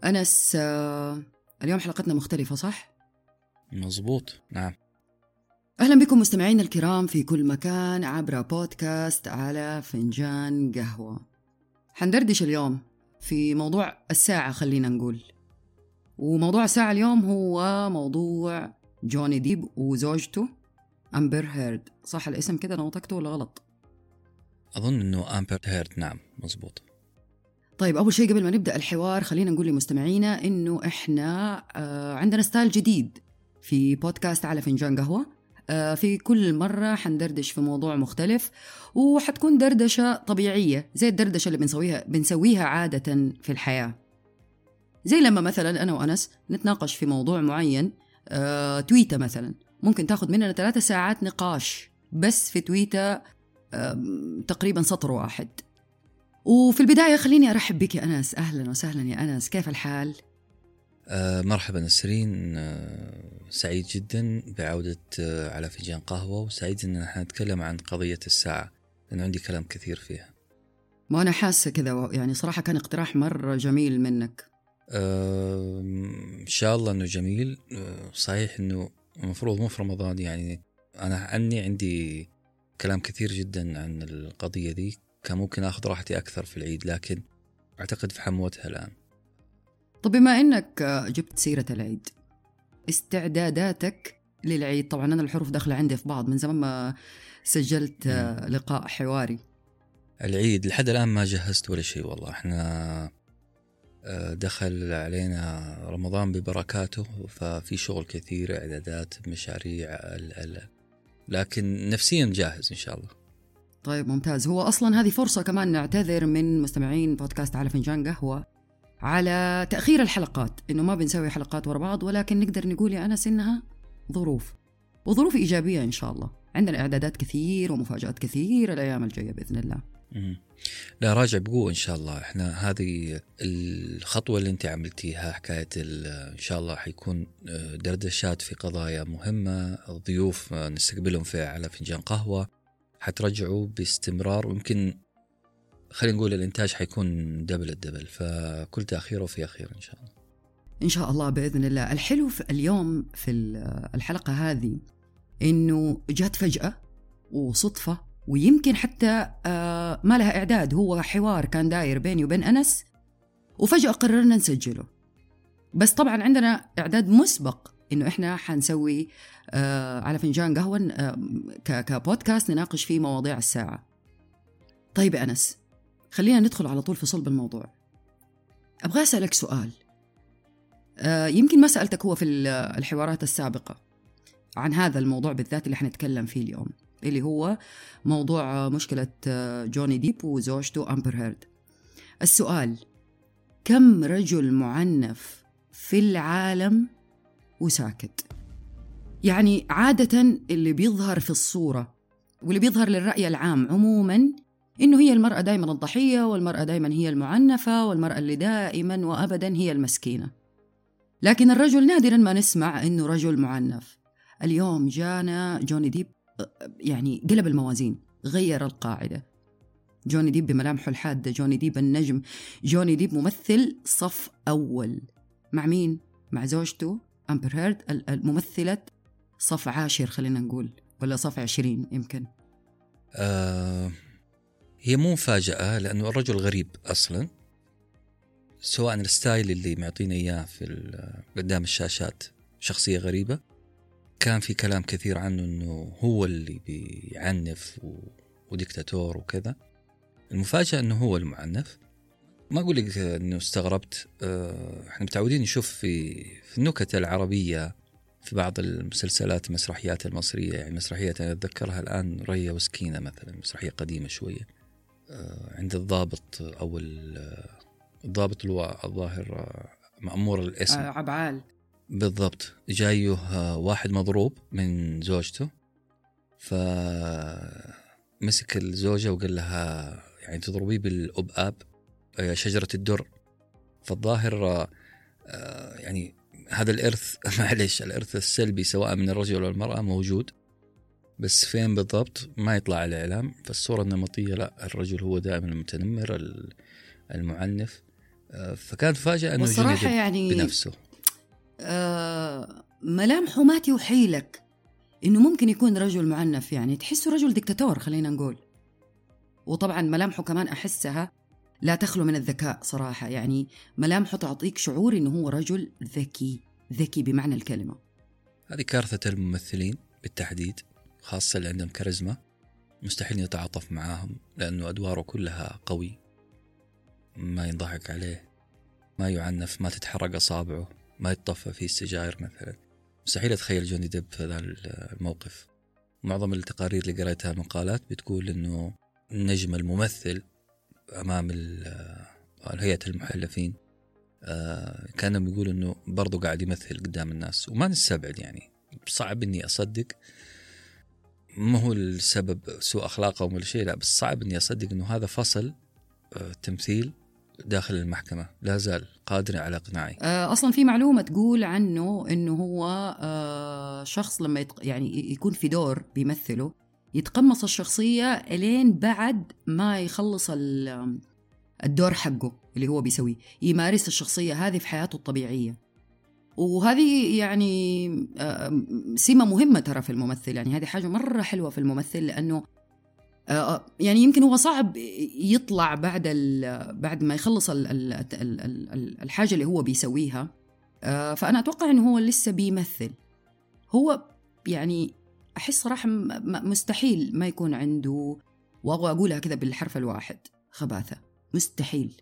أنس، اليوم حلقتنا مختلفة صح؟ مظبوط، نعم. أهلا بكم مستمعين الكرام في كل مكان عبر بودكاست على فنجان قهوة. حندردش اليوم في موضوع الساعة، خلينا نقول. وموضوع الساعة اليوم هو موضوع جوني ديب وزوجته أمبر هيرد. صح الاسم كده نطقته ولا غلط؟ أظن أنه أمبر هيرد، نعم مظبوط. طيب، أول شيء قبل ما نبدأ الحوار خلينا نقول لمستمعينا إنه إحنا عندنا ستايل جديد في بودكاست على فنجان قهوة. في كل مرة حندردش في موضوع مختلف، وحتكون دردشة طبيعية زي الدردشة اللي بنسويها عادة في الحياة. زي لما مثلا أنا وأنس نتناقش في موضوع معين، تويتة مثلا ممكن تاخد مننا 3 ساعات نقاش بس في تويتة، تقريبا سطر واحد. وفي البداية خليني أرحب بك يا أنس. أهلا وسهلا يا أنس، كيف الحال؟ مرحبا نسرين، سعيد جدا بعودة على فنجان قهوة، وسعيد أن احنا نتكلم عن قضية الساعة لأن عندي كلام كثير فيها. ما أنا حاسة كذا، يعني صراحة كان اقتراح مرة جميل منك. إن شاء الله أنه جميل. صحيح أنه المفروض مو في رمضان، يعني أنا عندي كلام كثير جدا عن القضية دي، كان ممكن أخذ راحتي أكثر في العيد، لكن أعتقد في حموتها الآن. طب بما أنك جبت سيرة العيد، استعداداتك للعيد. طبعا أنا الحروف داخلة عندي في بعض من زمان ما سجلت لقاء حواري. العيد لحد الآن ما جهزت ولا شيء والله. احنا دخل علينا رمضان ببركاته، ففي شغل كثير، إعدادات، مشاريع، لكن نفسيا جاهز إن شاء الله. طيب ممتاز. هو أصلا هذه فرصة كمان نعتذر من مستمعين بودكاست على فنجان قهوة على تأخير الحلقات، إنه ما بنسوي حلقات ورا بعض، ولكن نقدر نقول يا أنس إنها ظروف، وظروف إيجابية إن شاء الله. عندنا إعدادات كثير ومفاجآت كثير الأيام الجاية بإذن الله. لا، راجع بقوة إن شاء الله. إحنا هذه الخطوة اللي أنت عملتيها، حكاية إن شاء الله حيكون دردشات في قضايا مهمة، الضيوف نستقبلهم على فنجان قهوة حترجعوا باستمرار، ويمكن خلينا نقول الإنتاج حيكون دبل، فكل تأخير وفي أخير إن شاء الله. إن شاء الله بإذن الله. الحلو في اليوم في الحلقة هذه إنه جات فجأة وصدفة، ويمكن حتى ما لها إعداد. هو حوار كان داير بيني وبين أنس، وفجأة قررنا نسجله. بس طبعا عندنا إعداد مسبق إنه إحنا حنسوي على فنجان قهوة كبودكاست نناقش فيه مواضيع الساعة. طيب يا أنس، خلينا ندخل على طول في صلب الموضوع. أبغى أسألك سؤال يمكن ما سألتك هو في الحوارات السابقة عن هذا الموضوع بالذات اللي حنتكلم فيه اليوم، اللي هو موضوع مشكلة جوني ديب وزوجته أمبر هيرد. السؤال: كم رجل معنف في العالم وساكت؟ يعني عادة اللي بيظهر في الصورة واللي بيظهر للرأي العام عموما إنه هي المرأة دائما الضحية، والمرأة دائما هي المعنفة، والمرأة اللي دائما وأبدا هي المسكينة. لكن الرجل نادرا ما نسمع إنه رجل معنف. اليوم جانا جوني ديب، يعني قلب الموازين، غير القاعدة. جوني ديب بملامحه الحادة، جوني ديب النجم، جوني ديب ممثل صف أول. مع مين؟ مع زوجته أمبر هيرد، الممثلة صف 10 خلينا نقول، ولا صف 20 يمكن. هي مو مفاجأة، لأنه الرجل غريب أصلا، سواء الستايل اللي معطينا إياه في قدام الشاشات شخصية غريبة. كان في كلام كثير عنه أنه هو اللي بيعنف وديكتاتور وكذا. المفاجأة أنه هو المعنف. ما أقول لك أنه استغربت، احنا متعودين نشوف في النكت العربية في بعض المسلسلات المسرحيات المصرية، يعني مسرحية أنا أتذكرها الآن ريا وسكينة مثلا، مسرحية قديمة شوية، عند الضابط أو الضابط الظاهر مأمور الاسم، عبعال بالضبط. جايه واحد مضروب من زوجته، فمسك الزوجة وقال لها يعني تضربيه بالأبآب، شجرة الدر. فالظاهر يعني هذا الإرث معليش، الإرث السلبي سواء من الرجل أو المرأة موجود، بس فين بالضبط ما يطلع على الإعلام. فالصورة النمطية لا، الرجل هو دائما المتنمر المعنف. فكانت فاجأة أنه والصراحة جوني ديب يعني بنفسه ملامحه ما توحي لك إنه ممكن يكون رجل معنف، يعني تحسه رجل دكتاتور خلينا نقول. وطبعا ملامحه كمان أحسها لا تخلو من الذكاء صراحة، يعني ملامحه تعطيك شعور إنه هو رجل ذكي، ذكي بمعنى الكلمة. هذه كارثة الممثلين بالتحديد، خاصة اللي عندهم كاريزما، مستحيل يتعاطف معاهم لأنه أدواره كلها قوي، ما ينضحك عليه، ما يعنف، ما تتحرق أصابعه، ما يتطفى فيه السجاير مثلا. مستحيل أتخيل جوني ديب في هذا الموقف. معظم التقارير اللي قرأتها مقالات بتقول إنه النجم الممثل أمام هيئة المحلفين كانوا يقولوا إنه برضو قاعد يمثل قدام الناس، وما نستبعد يعني صعب إني أصدق، ما هو السبب سوء أخلاقه ولا شيء، لا بس صعب إني أصدق إنه هذا فصل تمثيل داخل المحكمة لا زال قادر على إقناعي. أصلا في معلومة تقول عنه إنه هو شخص لما يعني يكون في دور بيمثله يتقمص الشخصية إلين بعد ما يخلص الدور حقه اللي هو بيسويه، يمارس الشخصية هذه في حياته الطبيعية. وهذه يعني سمة مهمة ترى في الممثل، يعني هذه حاجة مرة حلوة في الممثل، لأنه يعني يمكن هو صعب يطلع بعد ما يخلص الحاجة اللي هو بيسويها. فأنا أتوقع أنه هو لسه بيمثل. هو يعني أحس صراحة مستحيل ما يكون عنده، وأبغى أقولها كذا بالحرف الواحد، خباثة. مستحيل.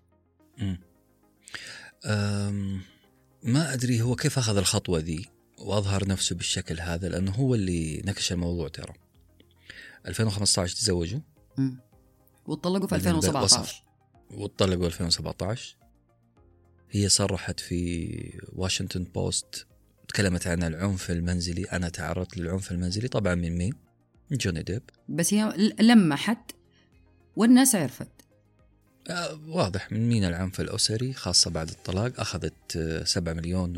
ما أدري هو كيف أخذ الخطوة ذي وأظهر نفسه بالشكل هذا، لأنه هو اللي نكش الموضوع. ترى 2015 تزوجوا واتطلقوا في 2017 واتطلقوا 2017. هي صرحت في واشنطن بوست، تكلمت عن العنف المنزلي. أنا تعرضت للعنف المنزلي. طبعا من مين؟ من جوني ديب. بس هي لمحت والناس عرفت. واضح من مين العنف الأسري، خاصة بعد الطلاق. أخذت 7 مليون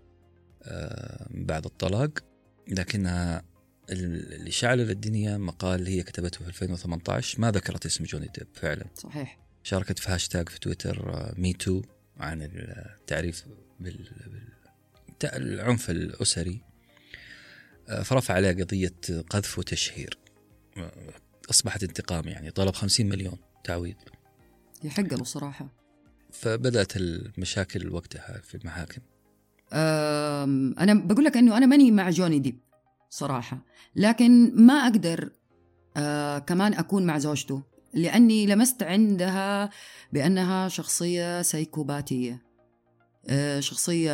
بعد الطلاق. لكنها اللي شعل الدنيا مقال هي كتبته في 2018 ما ذكرت اسم جوني ديب فعلا. صحيح. شاركت في هاشتاج في تويتر ميتو عن التعريف بالعنف الأسري، فرفع عليها قضية قذف وتشهير. أصبحت انتقام، يعني طلب 50 مليون تعويض. يحق له صراحة. فبدأت المشاكل وقتها في المحاكم. أنا بقول لك أنه أنا ماني مع جوني ديب صراحة، لكن ما أقدر كمان أكون مع زوجته، لأني لمست عندها بأنها شخصية سايكوباتية، شخصية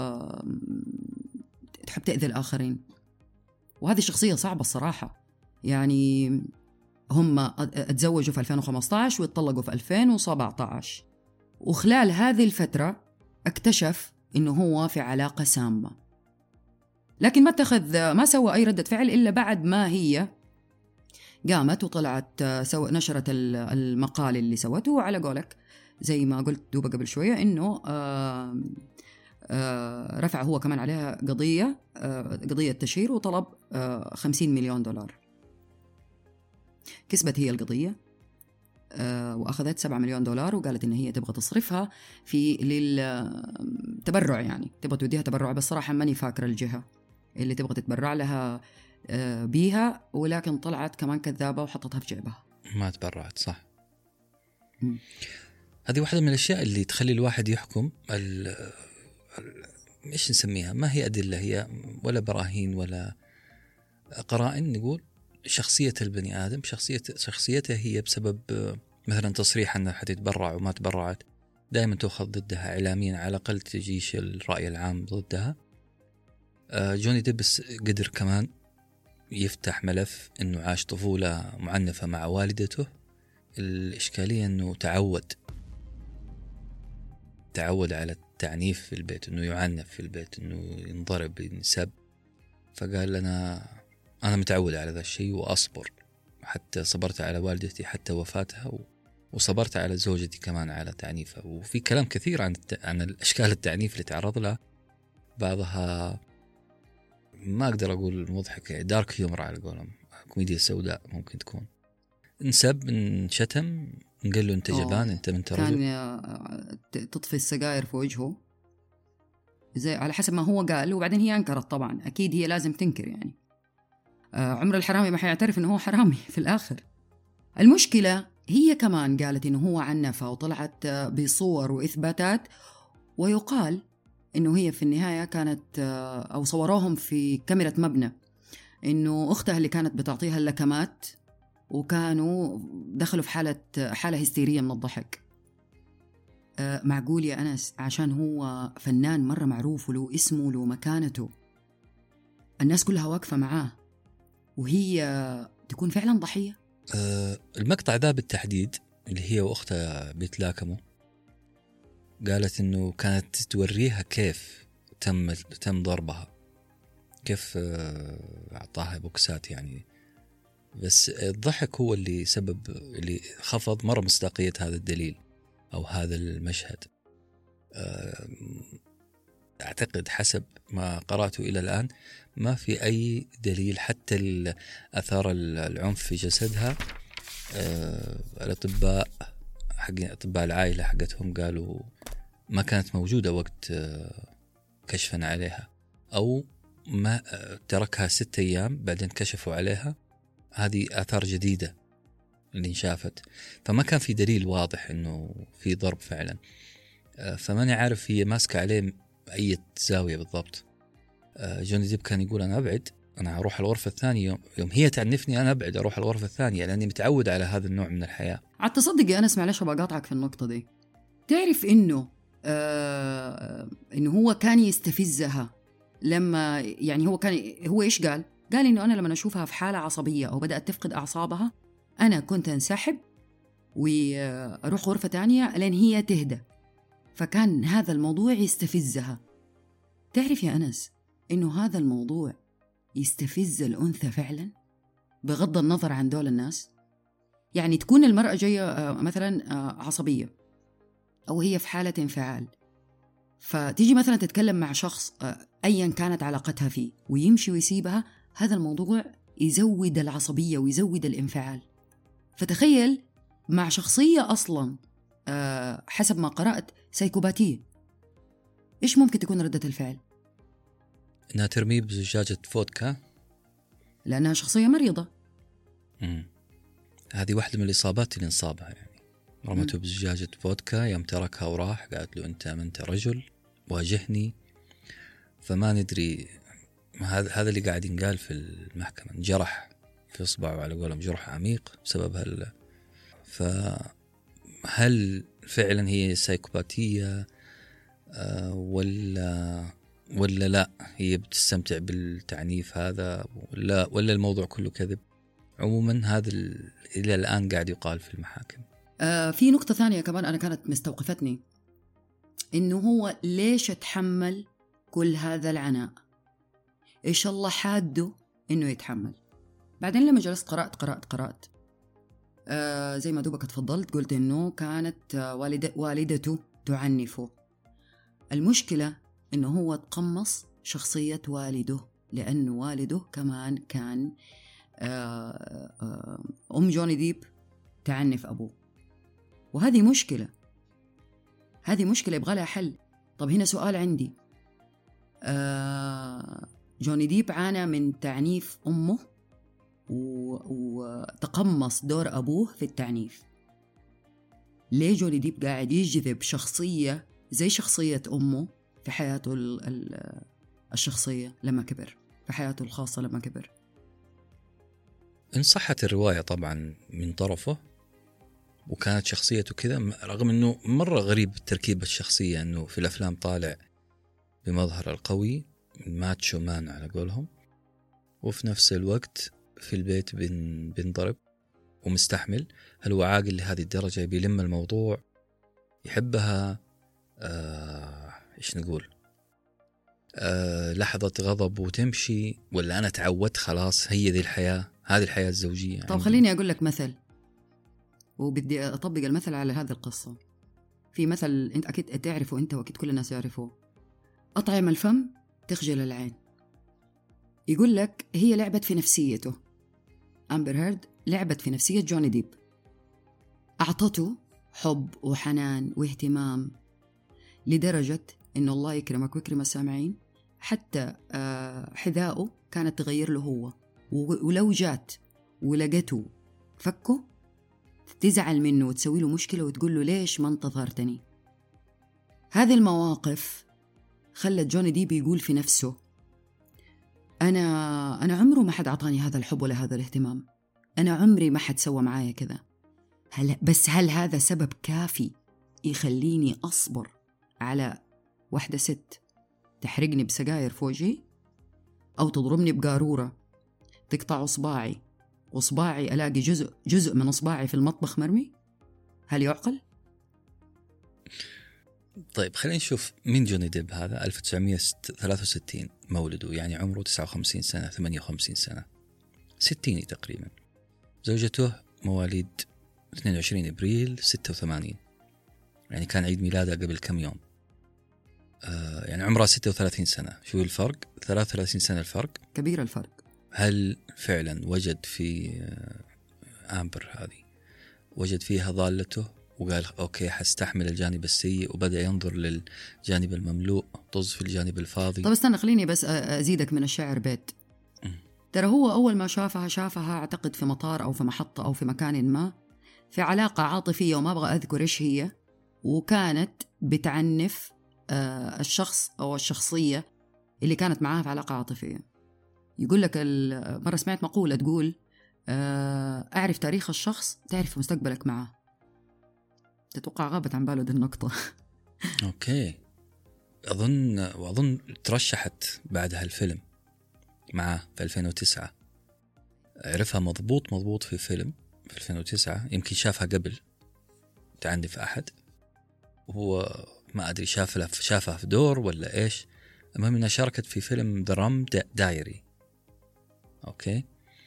تحب تأذي الآخرين، وهذه الشخصية صعبة الصراحة. يعني هم اتزوجوا في 2015 واتطلقوا في 2017، وخلال هذه الفترة اكتشف إنه هو في علاقة سامة، لكن ما سوى أي ردة فعل إلا بعد ما هي قامت وطلعت نشرت المقال اللي سوته. وعلى قولك زي ما قلت دوبا قبل شوية إنه رفع هو كمان عليها قضية تشهير وطلب 50 مليون دولار. كسبت هي القضية وأخذت 7 مليون دولار، وقالت إن هي تبغى تصرفها في للتبرع، يعني تبغى توديها تبرع. بس صراحة ماني فاكرة الجهة اللي تبغى تتبرع لها بيها، ولكن طلعت كمان كذابة وحطتها في جيبها، ما تبرعت. صح. هذه واحدة من الأشياء اللي تخلي الواحد يحكم إيش نسميها، ما هي أدلة هي ولا براهين ولا قرائن، نقول شخصية البني آدم. شخصيته هي بسبب مثلا تصريح أنها حتتبرع وما تبرعت، دائما تأخذ ضدها إعلاميا، على الأقل تجيش الرأي العام ضدها. جوني ديب قدر كمان يفتح ملف أنه عاش طفولة معنفة مع والدته. الإشكالية أنه تعود على التعنيف في البيت، أنه يعنف في البيت، أنه ينضرب، ينسب. فقال أنا متعود على ذا الشيء وأصبر، حتى صبرت على والدتي حتى وفاتها، وصبرت على زوجتي كمان على تعنيفها. وفي كلام كثير عن الأشكال التعنيف اللي تعرض لها، بعضها ما أقدر أقول مضحك، دارك هيومر على قولهم، كوميديا سوداء ممكن تكون. انسب، انشتم، قال له أنت جبان، أنت من رجل. كان تطفي السجاير في وجهه زي على حسب ما هو قال، وبعدين هي أنكرت طبعا، أكيد هي لازم تنكر يعني. عمر الحرامي ما حيعترف إنه هو حرامي في الآخر. المشكلة هي كمان قالت إنه هو عنفها وطلعت بصور وإثباتات، ويقال إنه هي في النهاية كانت أو صوروهم في كاميرا مبنى إنه أختها اللي كانت بتعطيها اللكمات وكانوا دخلوا في حالة هستيرية من الضحك. معقول يا أنس عشان هو فنان مرة معروف وله اسمه وله مكانته، الناس كلها واقفة معاه وهي تكون فعلا ضحية؟ المقطع ذا بالتحديد اللي هي وأختها بيتلاكموا، قالت إنه كانت توريها كيف تم ضربها، كيف أعطاها بوكسات يعني. بس الضحك هو اللي سبب، اللي خفض مرة مصداقية هذا الدليل أو هذا المشهد. أعتقد حسب ما قرأته إلى الآن ما في أي دليل، حتى أثار العنف في جسدها. الأطباء أطباء العائلة حقتهم قالوا ما كانت موجودة وقت كشفنا عليها، أو ما تركها 6 أيام بعدين كشفوا عليها. هذه آثار جديدة اللي انشافت، فما كان في دليل واضح إنه في ضرب فعلا. فماني عارف هي ماسكة عليه أي زاوية بالضبط. جوني ديب كان يقول أنا أبعد، أنا أروح الغرفة الثانية، يوم هي تعنفني أنا أبعد أروح الغرفة الثانية لأني متعود على هذا النوع من الحياة. عاد تصدق يا أنس، معلش بقاطعك في النقطة دي، تعرف إنه إنه هو كان يستفزها لما يعني هو إيش قال إنه أنا لما أشوفها في حالة عصبية أو بدأت تفقد أعصابها أنا كنت أنسحب وأروح غرفة تانية لأن هي تهدى، فكان هذا الموضوع يستفزها. تعرف يا أنس إنه هذا الموضوع يستفز الأنثى فعلا بغض النظر عن دول الناس. يعني تكون المرأة جاية مثلا عصبية أو هي في حالة انفعال، فتيجي مثلا تتكلم مع شخص أيا كانت علاقتها فيه ويمشي ويسيبها، هذا الموضوع يزود العصبية ويزود الانفعال. فتخيل مع شخصية أصلا حسب ما قرأت سايكوباتية، إيش ممكن تكون ردة الفعل؟ إنها ترميه بزجاجة فودكا لأنها شخصية مريضة. هذه واحدة من الإصابات اللي انصابها، يعني رمته بزجاجة فودكا، يوم تركها وراح قالت له أنت من رجل واجهني. فما ندري، هذا اللي قاعد ينقال في المحكمة، جرح في إصبعه على قولهم، جرح عميق بسبب فهل فعلا هي سايكوباتية ولا لا هي بتستمتع بالتعنيف هذا، ولا الموضوع كله كذب؟ عموما هذا إلى الآن قاعد يقال في المحاكم. في نقطة ثانية كمان أنا كانت مستوقفتني، إنه هو ليش اتحمل كل هذا العناء؟ إيش الله حاده إنه يتحمل؟ بعدين لما جلست قرأت زي ما دوبك تفضلت قلت إنه كانت والدته تعنفه. المشكلة إنه هو تقمص شخصية والده، لأنه والده كمان كان أم جوني ديب تعنف أبوه، وهذه مشكلة يبغى لها حل. طب هنا سؤال عندي، جوني ديب عانى من تعنيف أمه وتقمص دور أبوه في التعنيف. ليه جوني ديب قاعد يجذب شخصية زي شخصية أمه في حياته الشخصية لما كبر، في حياته الخاصة لما كبر؟ إن صحت الرواية طبعا من طرفه، وكانت شخصيته كذا، رغم أنه مرة غريب تركيب الشخصية، أنه في الأفلام طالع بمظهر القوي ماتشو مان على قولهم، وفي نفس الوقت في البيت بنضرب ومستحمل. هل هو عاقل لهذه الدرجة؟ بيلم الموضوع، يحبها، إيش نقول، لحظة غضب وتمشي، ولا أنا تعودت خلاص هي ذي الحياة، هذه الحياة الزوجية؟ طب خليني أقول لك مثل، وبدي أطبق المثل على هذه القصة. في مثل أنت أكيد تعرفه أنت وأكيد كل الناس يعرفوه، أطعم الفم تخجل العين. يقول لك هي لعبت في نفسيته، أمبر هيرد لعبت في نفسية جوني ديب. أعطته حب وحنان واهتمام لدرجة إنه الله يكرمك ويكرم السامعين، حتى حذاءه كانت تغير له هو، ولو جات ولقته فكه تزعل منه وتسوي له مشكلة وتقول له ليش ما انتظرتني. هذه المواقف خلت جوني ديب يقول في نفسه أنا عمره ما حد أعطاني هذا الحب ولا هذا الاهتمام، أنا عمري ما حد سوى معايا كذا. هل هذا سبب كافي يخليني أصبر على واحدة ست تحرقني بسجاير في وجهي، أو تضربني بقارورة تقطع إصبعي وإصبعي ألاقي جزء من إصبعي في المطبخ مرمي؟ هل يعقل؟ طيب خلينا نشوف مين جوني ديب هذا. 1963 مولده، يعني عمره 59 سنة 58 سنة 60 تقريبا. زوجته مواليد 22 إبريل 86، يعني كان عيد ميلاده قبل كم يوم. يعني عمرها 36 سنة. شو الفرق؟ 33 سنة الفرق، كبير الفرق. هل فعلا وجد في آمبر هذه وجد فيها ضالته وقال أوكي حستحمل الجانب السيء، وبدأ ينظر للجانب المملوء، طز في الجانب الفاضي؟ طب استنى خليني بس أزيدك من الشعر بيت. ترى هو أول ما شافها أعتقد في مطار أو في محطة أو في مكان ما، في علاقة عاطفية وما أبغى أذكر إيش هي، وكانت بتعنف الشخص أو الشخصية اللي كانت معاها في علاقة عاطفية. يقول لك مرة سمعت مقولة تقول أعرف تاريخ الشخص تعرف مستقبلك معه. تتوقع غابت عن باله دي النقطة. أوكي. أظن ترشحت بعدها الفيلم معه في 2009. عرفها مضبوط في فيلم في 2009. يمكن شافها قبل تعنف أحد، وهو ما أدري شافها في دور ولا إيش. المهم أنها شاركت في فيلم The Rum Diary. أوكي.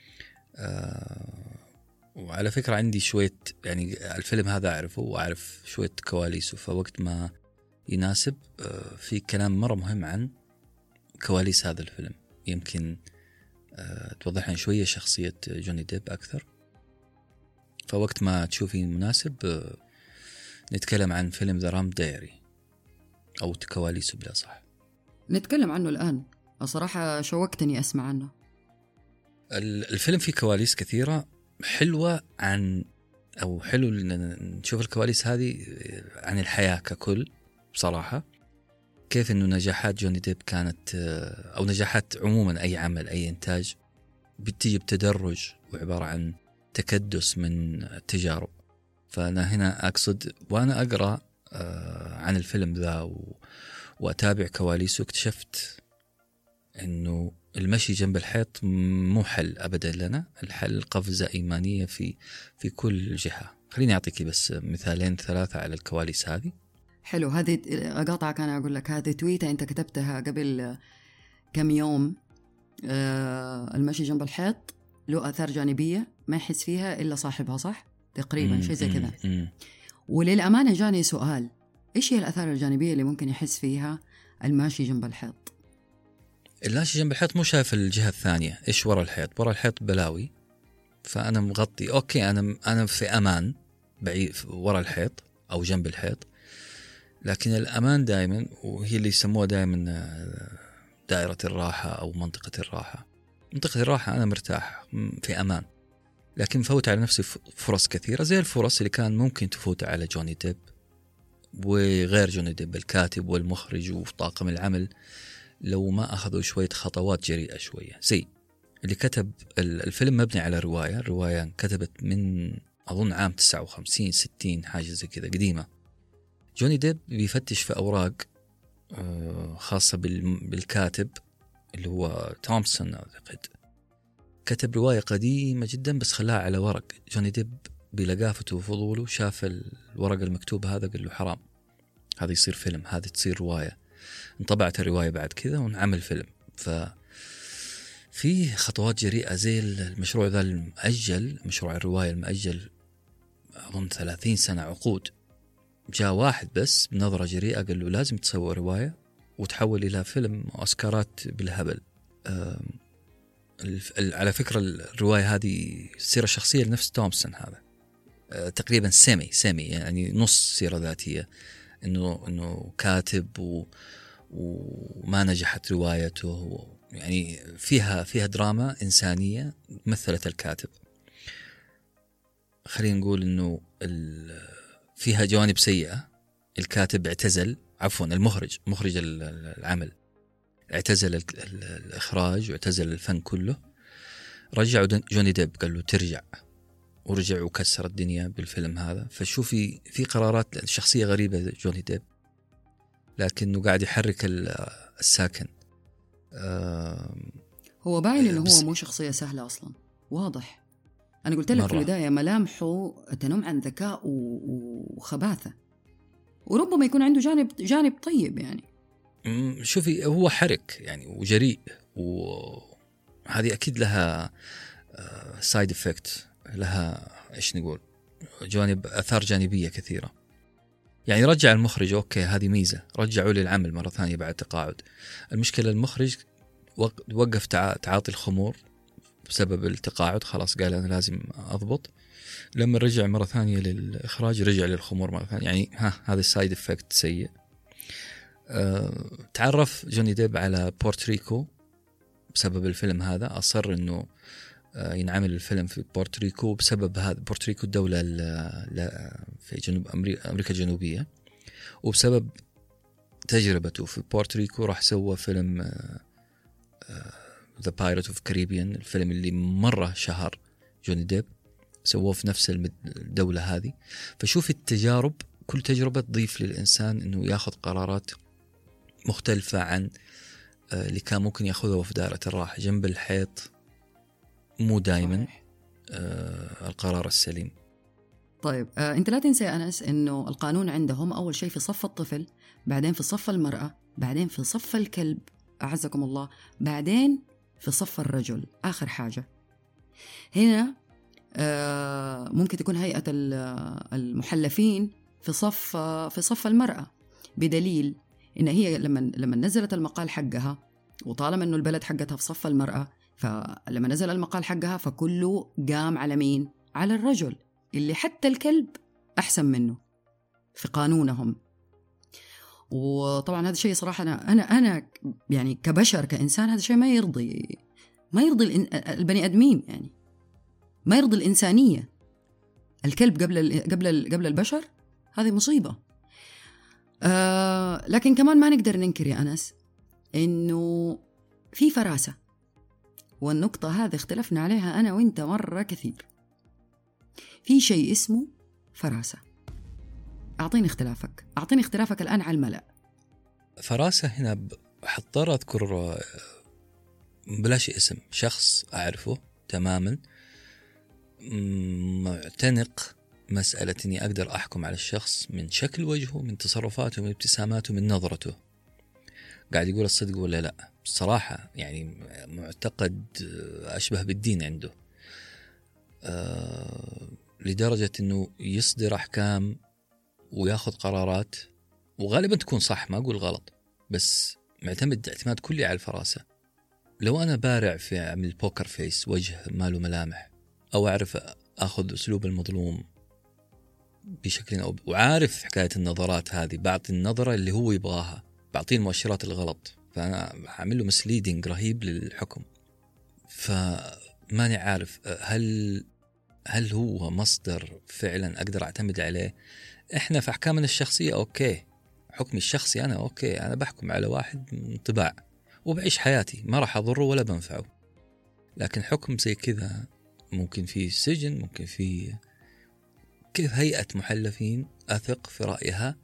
وعلى فكرة عندي شوية، يعني الفيلم هذا أعرفه وأعرف شوية كواليسه، فوقت ما يناسب في كلام مرة مهم عن كواليس هذا الفيلم، يمكن توضح لنا شوية شخصية جوني ديب أكثر. فوقت ما تشوفي مناسب نتكلم عن فيلم The Rum Diary أو كواليسه بلا صح. نتكلم عنه الآن. الصراحة شوقتني أسمع عنه. الفيلم فيه كواليس كثيرة حلوة حلو نشوف الكواليس هذه عن الحياة ككل بصراحة. كيف إنه نجاحات جوني ديب كانت، أو نجاحات عموما أي عمل أي إنتاج، بتيجي بتدرج وعبارة عن تكدس من التجارب. فأنا هنا أقصد وأنا أقرأ عن الفيلم ذا وأتابع كواليسه، اكتشفت إنه المشي جنب الحيط مو حل أبدا لنا. الحل قفزة إيمانية في كل جهة. خليني أعطيكي بس مثالين 3 على الكواليس هذه. حلو. هذه أقاطعك، أنا أقول لك هذه تويتة أنت كتبتها قبل كم يوم. المشي جنب الحيط له آثار جانبية ما يحس فيها إلا صاحبها، صح؟ تقريبا شيء زي كذا. وللأمانة جاني سؤال، إيش هي الآثار الجانبية اللي ممكن يحس فيها الماشي جنب الحيط؟ الماشي جنب الحيط مو شايف الجهة الثانية. إيش ورا الحيط؟ ورا الحيط بلاوي، فأنا مغطي. أوكي أنا في أمان بعيد ورا الحيط أو جنب الحيط، لكن الأمان دائما، وهي اللي يسموها دائما دائرة الراحة أو منطقة الراحة. منطقة الراحة أنا مرتاح في أمان، لكن فوت على نفسي فرص كثيرة زي الفرص اللي كان ممكن تفوت على جوني ديب وغير جوني ديب، الكاتب والمخرج وطاقم العمل، لو ما أخذوا شوية خطوات جريئة شوية. زي اللي كتب الفيلم مبني على رواية كتبت من أظن عام 59 60 حاجة زي كذا قديمة. جوني ديب بيفتش في أوراق خاصة بالكاتب اللي هو تومسون أعتقد. كتب رواية قديمة جدا بس خلاها على ورق. جوني ديب بلقافته وفضوله شاف الورق المكتوب هذا، قال له حرام هذا يصير فيلم، هذه تصير رواية. انطبعت الرواية بعد كذا ونعمل فيلم. ففي خطوات جريئة زي المشروع ذا المؤجل، مشروع الرواية المؤجل أظن 30 سنة عقود. جاء واحد بس بنظرة جريئة قال له لازم تسوي رواية وتحول إلى فيلم وأسكارات بالهبل. على فكرة الرواية هذه سيرة شخصية لنفس تومسون هذا، تقريبا سيمي يعني نص سيرة ذاتية، إنه كاتب وما نجحت روايته، يعني فيها دراما إنسانية مثلت الكاتب. خلينا نقول إنه فيها جوانب سيئة. الكاتب اعتزل، عفوا مخرج العمل اعتزل الإخراج واعتزل الفن كله. رجعوا جوني ديب، قال له ترجع، ورجع وكسر الدنيا بالفيلم هذا. فشوفي في قرارات، شخصية غريبة جوني ديب، لكنه قاعد يحرك الساكن. هو باين إنه هو مو شخصية سهلة أصلا، واضح. أنا قلت لك في البداية ملامحه تنم عن ذكاء وخباثة، وربما يكون عنده جانب طيب يعني. شوفي هو حرك يعني وجريء، وهذه أكيد لها سايد إفكت، لها إيش نقول، آثار جانبية كثيرة. يعني رجع المخرج، أوكي هذه ميزة، رجعوا للعمل مرة ثانية بعد تقاعد. المشكلة المخرج وقف تعاطي الخمور بسبب التقاعد، خلاص قال أنا لازم أضبط. لما رجع مرة ثانية للإخراج رجع للخمور مرة ثانية، يعني هذا السايد إفكت سيء. تعرف جوني ديب على بورتريكو بسبب الفيلم هذا، أصر إنه ينعمل الفيلم في بورتريكو بسبب هذا. بورتريكو الدولة في جنوب أمريكا الجنوبية، وبسبب تجربته في بورتريكو راح سوى فيلم The Pirate of Caribbean، الفيلم اللي مرة شهر جوني ديب، سووه في نفس الدولة هذه. فشوف التجارب، كل تجربة تضيف للإنسان إنه ياخذ قرارات مختلفة عن اللي كان ممكن ياخذه في دائرة الراحة جنب الحيط، مو دائما القرار السليم. طيب أنت لا تنسى يا أنس إنه القانون عندهم أول شيء في صف الطفل، بعدين في صف المرأة، بعدين في صف الكلب أعزكم الله، بعدين في صف الرجل آخر حاجة. هنا ممكن تكون هيئة المحلفين في صف المرأة، بدليل إن هي لما نزلت المقال حقها، وطالما إنه البلد حقتها في صف المرأة، فلما نزل المقال حقها فكله قام على مين؟ على الرجل اللي حتى الكلب أحسن منه في قانونهم. وطبعا هذا الشيء صراحة أنا يعني كبشر كإنسان هذا الشيء ما يرضي البني آدمين، يعني ما يرضي الإنسانية. الكلب قبل البشر، هذه مصيبة. لكن كمان ما نقدر ننكر يا أنس إنه في فراسة، والنقطة هذه اختلفنا عليها أنا وإنت مرة كثير. في شيء اسمه فراسة. أعطيني اختلافك الآن على الملأ. فراسة هنا حضطر أذكر بلاش اسم شخص أعرفه تماما، معتنق مسألة إني أقدر أحكم على الشخص من شكل وجهه، من تصرفاته، من ابتساماته، من نظرته، قاعد يقول الصدق ولا لا. الصراحة يعني معتقد أشبه بالدين عنده، لدرجة إنه يصدر أحكام وياخذ قرارات وغالبا تكون صح، ما أقول غلط، بس معتمد اعتماد كلي على الفراسة. لو أنا بارع في عمل بوكر فيس، وجه ماله ملامح، أو أعرف أخذ أسلوب المظلوم بشكل أو وعارف حكاية النظرات هذه، بعطي النظرة اللي هو يبغاها، بعطيه المؤشرات الغلط، فأنا أعمل له مسليدنج رهيب للحكم. فماني عارف هل هو مصدر فعلا أقدر أعتمد عليه. إحنا في أحكامنا الشخصية أوكي، حكمي الشخصي أنا أوكي، أنا بحكم على واحد انطباع وبعيش حياتي، ما راح أضره ولا بنفعه. لكن حكم زي كذا ممكن فيه سجن، ممكن فيه كيف هيئة محلفين أثق في رأيها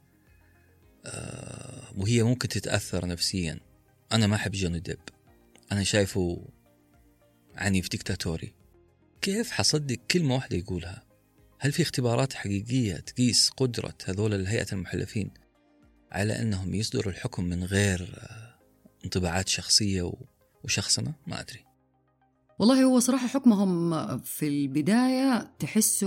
وهي ممكن تتأثر نفسيا. أنا ما أحب جوني ديب، أنا شايفه عنيف ديكتاتوري، كيف حصدق كلمة واحدة يقولها؟ هل في اختبارات حقيقية تقيس قدرة هذول الهيئة المحلفين على أنهم يصدروا الحكم من غير انطباعات شخصية وشخصنة؟ ما أدري والله. هو صراحة حكمهم في البداية تحسه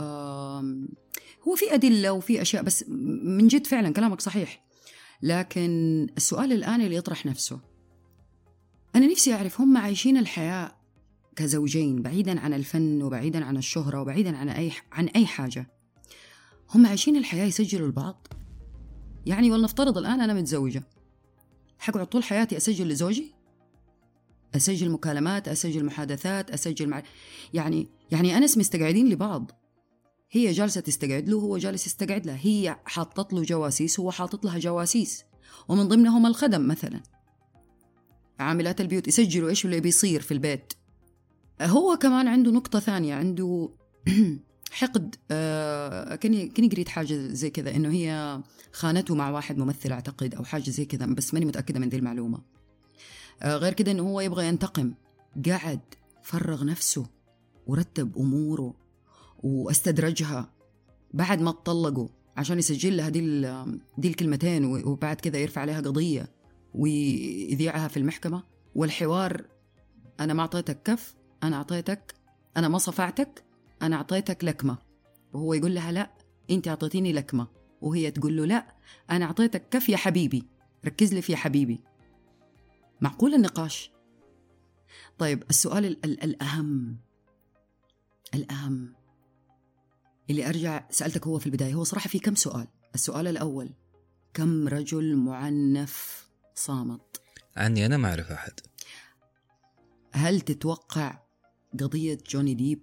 هو في أدلة وفي أشياء، بس من جد فعلا كلامك صحيح. لكن السؤال الآن اللي يطرح نفسه، أنا نفسي أعرف هم عايشين الحياة كزوجين بعيدا عن الفن وبعيدا عن الشهرة وبعيدا عن أي حاجة، هم عايشين الحياة يسجلوا البعض. يعني ولنفترض الآن أنا متزوجة، حقعد طول حياتي أسجل لزوجي، أسجل مكالمات، أسجل محادثات، أسجل يعني أنس مستقعدين لبعض، هي جالسة تستقعد له، هو جالس يستقعد لها، هي حاطط له جواسيس، هو حاطط لها جواسيس، ومن ضمنهم الخدم مثلا، عاملات البيوت يسجلوا إيش اللي بيصير في البيت. هو كمان عنده نقطة ثانية، عنده حقد. كني قريت حاجة زي كذا إنه هي خانته مع واحد ممثل أعتقد أو حاجة زي كذا، بس ماني متأكدة من ذي المعلومة. غير كده إنه هو يبغى ينتقم، قعد فرغ نفسه ورتب أموره واستدرجها بعد ما تطلقوا عشان يسجل لها دي الكلمتين، وبعد كذا يرفع عليها قضية ويذيعها في المحكمة. والحوار، أنا ما أعطيتك كف، أنا أعطيتك، أنا ما صفعتك، أنا أعطيتك لكمة. وهو يقول لها لا أنت أعطيتيني لكمة، وهي تقول له لا أنا أعطيتك كف يا حبيبي، ركز لي في يا حبيبي. معقول النقاش؟ طيب السؤال الأهم اللي أرجع سألتك هو في البداية، هو صراحة في كم سؤال. السؤال الأول، كم رجل معنف صامت؟ عني أنا ما أعرف أحد. هل تتوقع قضية جوني ديب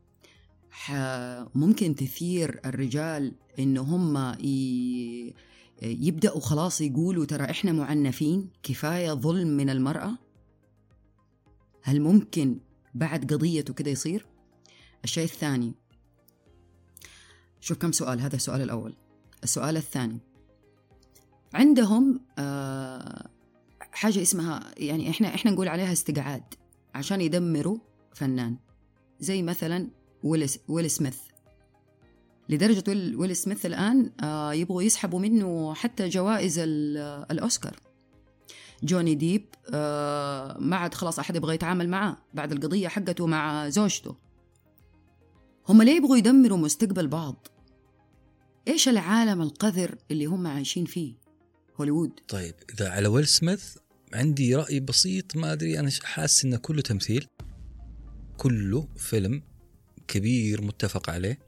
ممكن تثير الرجال إنه هم يبدأوا خلاص يقولوا ترى إحنا معنفين، كفاية ظلم من المرأة؟ هل ممكن بعد قضيته كده يصير؟ الشيء الثاني، شوف كم سؤال، هذا السؤال الأول. السؤال الثاني، عندهم حاجة اسمها، يعني إحنا نقول عليها استقعاد عشان يدمروا فنان، زي مثلا ويل سميث. لدرجة ويل سميث الآن يبغوا يسحبوا منه حتى جوائز الأوسكار. جوني ديب ما عاد خلاص أحد يبغى يتعامل معه بعد القضية حقته مع زوجته. هم ليه يبغوا يدمروا مستقبل بعض؟ إيش العالم القذر اللي هم عايشين فيه هوليوود؟ طيب إذا على ويل سميث عندي رأي بسيط، ما أدري، أنا حاسس إنه كله تمثيل، كله فيلم كبير متفق عليه.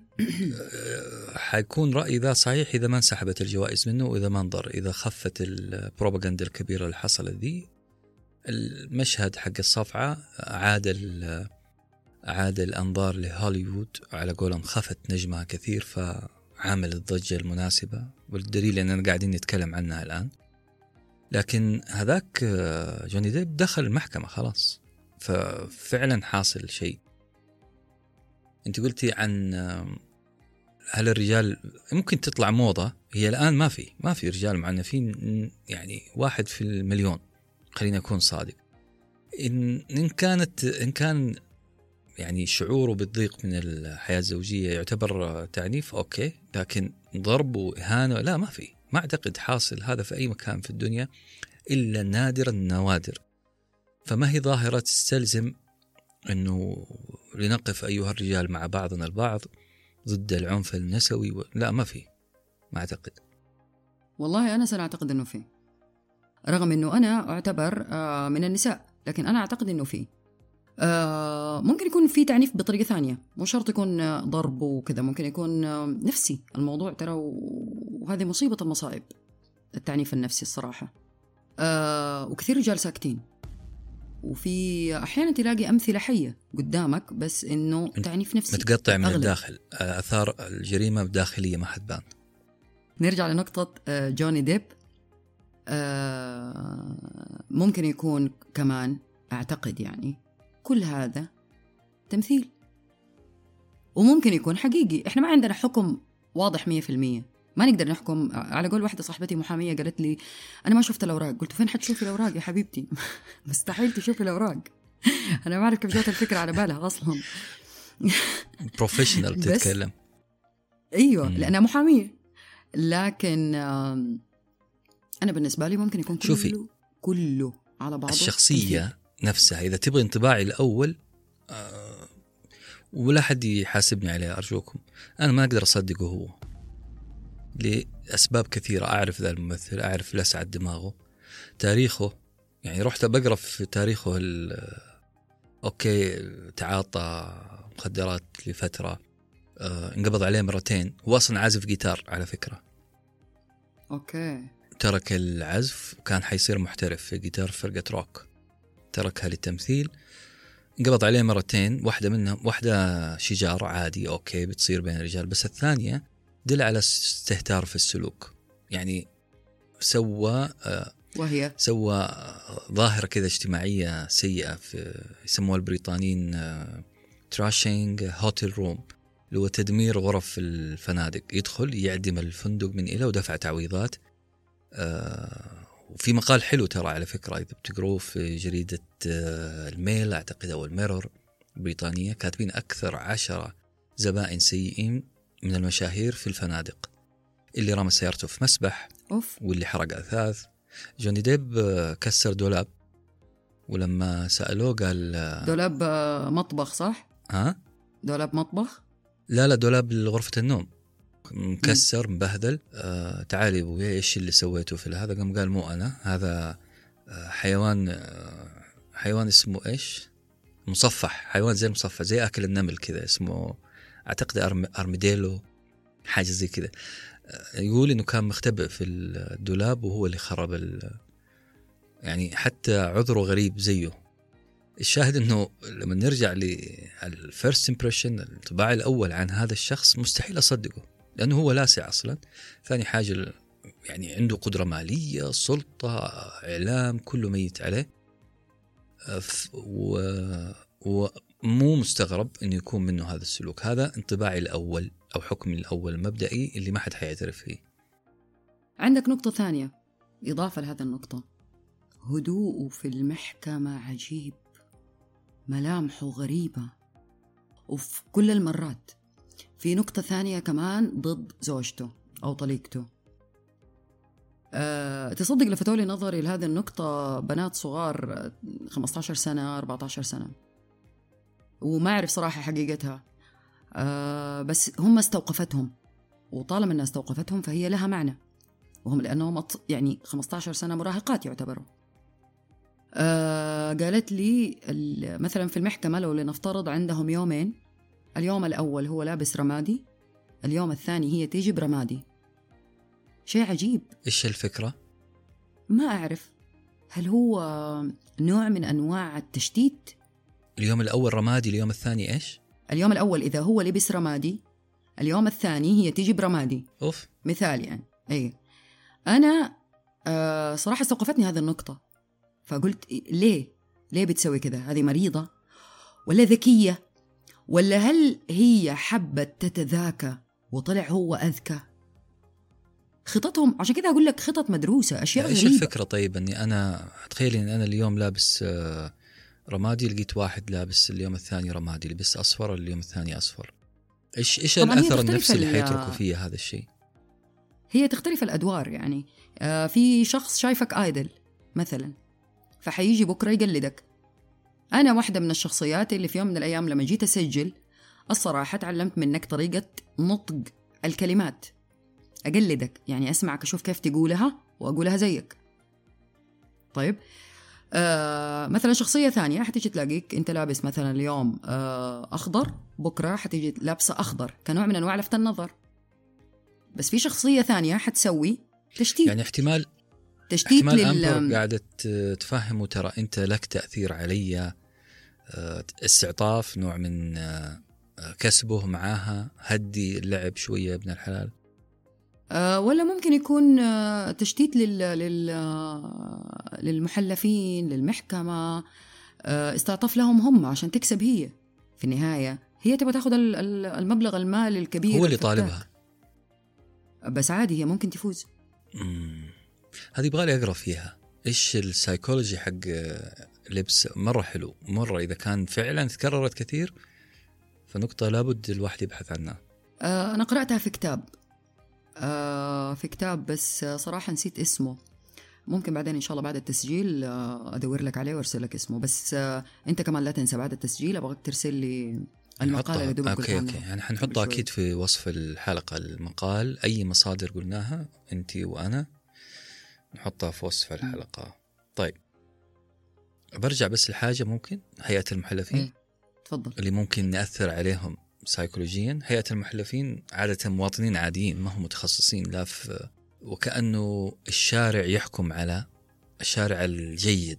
حيكون رأيي ذا صحيح إذا ما انسحبت الجوائز منه، وإذا ما انضر، إذا خفت البروباغندا الكبيرة اللي حصلت ذي. المشهد حق الصفعة عاد الأنظار لهوليوود، على قولهم خفت نجمها كثير فعامل الضجة المناسبة، والدليل أننا قاعدين نتكلم عنها الآن. لكن هذاك جوني ديب دخل المحكمة خلاص، ففعلا حاصل شيء. أنت قلتي عن هل الرجال ممكن تطلع موضة، هي الآن ما في رجال معنفين، يعني 1 في المليون، خلينا أكون صادق. إن كان يعني شعوره بالضيق من الحياة الزوجية يعتبر تعنيف، أوكي، لكن ضرب وإهانة لا، ما أعتقد حاصل هذا في أي مكان في الدنيا إلا نادر النوادر. فما هي ظاهرة تستلزم أنه لنقف أيها الرجال مع بعضنا البعض ضد العنف النسوي لا، ما أعتقد. والله أنا سأعتقد أنه فيه، رغم أنه أنا أعتبر من النساء، لكن أنا أعتقد أنه فيه. ممكن يكون في تعنيف بطريقة ثانية، مو شرط يكون ضرب وكذا، ممكن يكون نفسي الموضوع ترى، وهذه مصيبة المصائب، التعنيف النفسي الصراحة. وكثير رجال ساكتين، وفي أحيانا تلاقي أمثلة حية قدامك، بس إنه تعنيف نفسي متقطع من الداخل، أثار الجريمة داخلية ما حد بان. نرجع لنقطة جوني ديب. ممكن يكون كمان، أعتقد يعني كل هذا تمثيل، وممكن يكون حقيقي. إحنا ما عندنا حكم واضح 100%، ما نقدر نحكم. على قول واحدة صاحبتي محامية قالت لي أنا ما شفت الأوراق، قلت فين حتشوفي الأوراق يا حبيبتي؟ مستحيل تشوفي الأوراق. أنا ما أعرف كيف جات الفكرة على بالها أصلا. بروفيشنال بتتكلم. أيوة لأنها محامية، لكن أنا بالنسبة لي ممكن يكون كله على بعضه. الشخصية نفسها إذا تبغي انطباعي الأول، ولا حد يحاسبني عليه أرجوكم، أنا ما أقدر أصدقه هو لأسباب كثيرة. أعرف ذا الممثل، أعرف لسعة دماغه، تاريخه، يعني رحت بقرأ في تاريخه أوكي تعاطى مخدرات لفترة، انقبض عليه مرتين. هو أصلا عازف جيتار على فكرة. أوكي. ترك العزف وكان حيصير محترف في جيتار فرقة روك، تركها للتمثيل. انقبض عليه مرتين، واحدة منهم واحدة شجار عادي أوكي بتصير بين الرجال، بس الثانية دل على استهتار في السلوك. يعني سوى ظاهرة كذا اجتماعية سيئة، في يسموها البريطانيين تراشينج هوتيل روم، اللي هو تدمير غرف الفنادق. يدخل يعدم الفندق من إلى ودفع تعويضات. وفي مقال حلو ترى على فكرة إذا بتقروه في جريدة الميل أعتقد أو الميرور بريطانية، كاتبين أكثر 10 زبائن سيئين من المشاهير في الفنادق. اللي رمى سيارته في مسبح، واللي حرق أثاث. جوني ديب كسر دولاب، ولما سألوه قال دولاب مطبخ صح؟ ها؟ دولاب مطبخ؟ لا دولاب غرفة النوم مكسر مبهدل. تعالي أبوي إيش اللي سويته في هذا؟ قال مو أنا، هذا حيوان اسمه إيش؟ مصفح، حيوان زي المصفح زي أكل النمل كذا، اسمه أعتقد أرميديلو حاجة زي كذا. يقول إنه كان مختبئ في الدولاب وهو اللي خرب يعني حتى عذره غريب زيه. الشاهد إنه لما نرجع للفيرست إمبريشن، الانطباع الأول عن هذا الشخص مستحيل أصدقه، لأنه هو لاسع أصلا. ثاني حاجة يعني عنده قدرة مالية، سلطة، إعلام، كله ميت عليه. ومو مستغرب إنه يكون منه هذا السلوك. هذا انطباعي الأول أو حكمي الأول المبدئي اللي ما حد حيعترف فيه. عندك نقطة ثانية إضافة لهذا النقطة، هدوءه في المحكمة عجيب، ملامحه غريبة وفي كل المرات. في نقطة ثانية كمان ضد زوجته أو طليقته. تصدق لفتوا لي نظري لهذه النقطة بنات صغار 15 سنة 14 سنة، وما أعرف صراحة حقيقتها، بس هم استوقفتهم، وطالما أنها استوقفتهم فهي لها معنى، وهم لأنهم يعني 15 سنة مراهقات يعتبروا. قالت لي مثلا في المحكمة لو لنفترض عندهم يومين، اليوم الأول هو لابس رمادي، اليوم الثاني هي تيجي برمادي. شيء عجيب. إيش الفكرة؟ ما أعرف، هل هو نوع من أنواع التشتيت؟ اليوم الأول رمادي، اليوم الثاني إيش؟ اليوم الأول إذا هو لبس رمادي، اليوم الثاني هي تيجي برمادي. أوف. مثال يعني. أي أنا صراحة استوقفتني هذه النقطة، فقلت ليه بتسوي كذا؟ هذه مريضة ولا ذكية؟ ولا هل هي حبت تتذاكى وطلع هو أذكى؟ خططهم عشان كذا أقول لك خطط مدروسة، أشياء غريبة. إيش الفكرة طيب؟ أني أنا تخيلي أن أنا اليوم لابس رمادي، لقيت واحد لابس اليوم الثاني رمادي، لبس أصفر اليوم الثاني أصفر. إيش الأثر النفسي اللي حيتركوا فيه هذا الشيء؟ هي تختلف الأدوار يعني. في شخص شايفك آيدل مثلا، فحيجي بكرة يقلدك. أنا واحدة من الشخصيات اللي في يوم من الأيام لما جيت أسجل الصراحة تعلمت منك طريقة نطق الكلمات، أقلدك يعني، أسمعك أشوف كيف تقولها وأقولها زيك. طيب مثلا شخصية ثانية حتيجي تلاقيك أنت لابس مثلا اليوم أخضر، بكرة حتيجي لابسة أخضر كنوع من أنواع لفت النظر. بس في شخصية ثانية حتسوي تشتيت، يعني احتمال أمبر قاعدة تفهمه ترى أنت لك تأثير علي، استعطاف، نوع من كسبه معاها، هدي اللعب شوية يا ابن الحلال. ولا ممكن يكون تشتيت للمحلفين، للمحكمة، استعطاف لهم هم عشان تكسب. هي في النهاية هي تبغى تاخذ المبلغ المالي الكبير، هو اللي طالبها، بس عادي هي ممكن تفوز. هذه يبغالي أقرأ فيها. إيش السايكولوجي حق لبس؟ مرة حلو مرة، إذا كان فعلا تكررت كثير فنقطة لابد الواحد يبحث عنها. أنا قرأتها في كتاب بس صراحة نسيت اسمه، ممكن بعدين إن شاء الله بعد التسجيل أدور لك عليه وأرسل لك اسمه. بس أنت كمان لا تنسى بعد التسجيل أبغاك ترسل لي المقالة اللي دوبك قلت عنها. أوكي. يعني حنحطها أكيد في وصف الحلقة، المقال، أي مصادر قلناها أنتي وأنا نحطها في وصف الحلقة. طيب برجع بس لحاجة، ممكن هيئة المحلفين تفضل. اللي ممكن نأثر عليهم سايكولوجيا. هيئة المحلفين عادة مواطنين عاديين ما هم متخصصين، لا في وكأنه الشارع يحكم على الشارع الجيد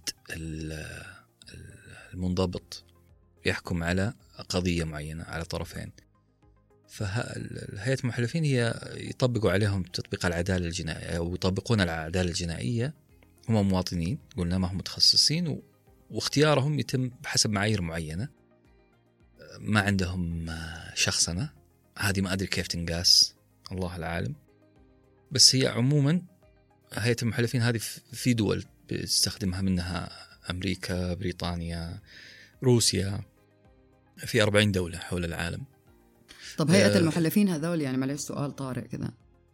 المنضبط، يحكم على قضية معينة على طرفين. فهيئة المحلفين هي يطبقوا عليهم تطبيق العدالة الجنائية أو يطبقون العدالة الجنائية. هم مواطنين قلنا ما هم متخصصين، واختيارهم يتم بحسب معايير معينة، ما عندهم شخصنة. هذه ما أدري كيف تنقاس، الله العالم. بس هي عموما هيئة المحلفين هذه في دول بتستخدمها، منها أمريكا، بريطانيا، روسيا، في 40 دولة حول العالم. طب هيئة المحلفين هذول يعني معلش سؤال طارئ كذا،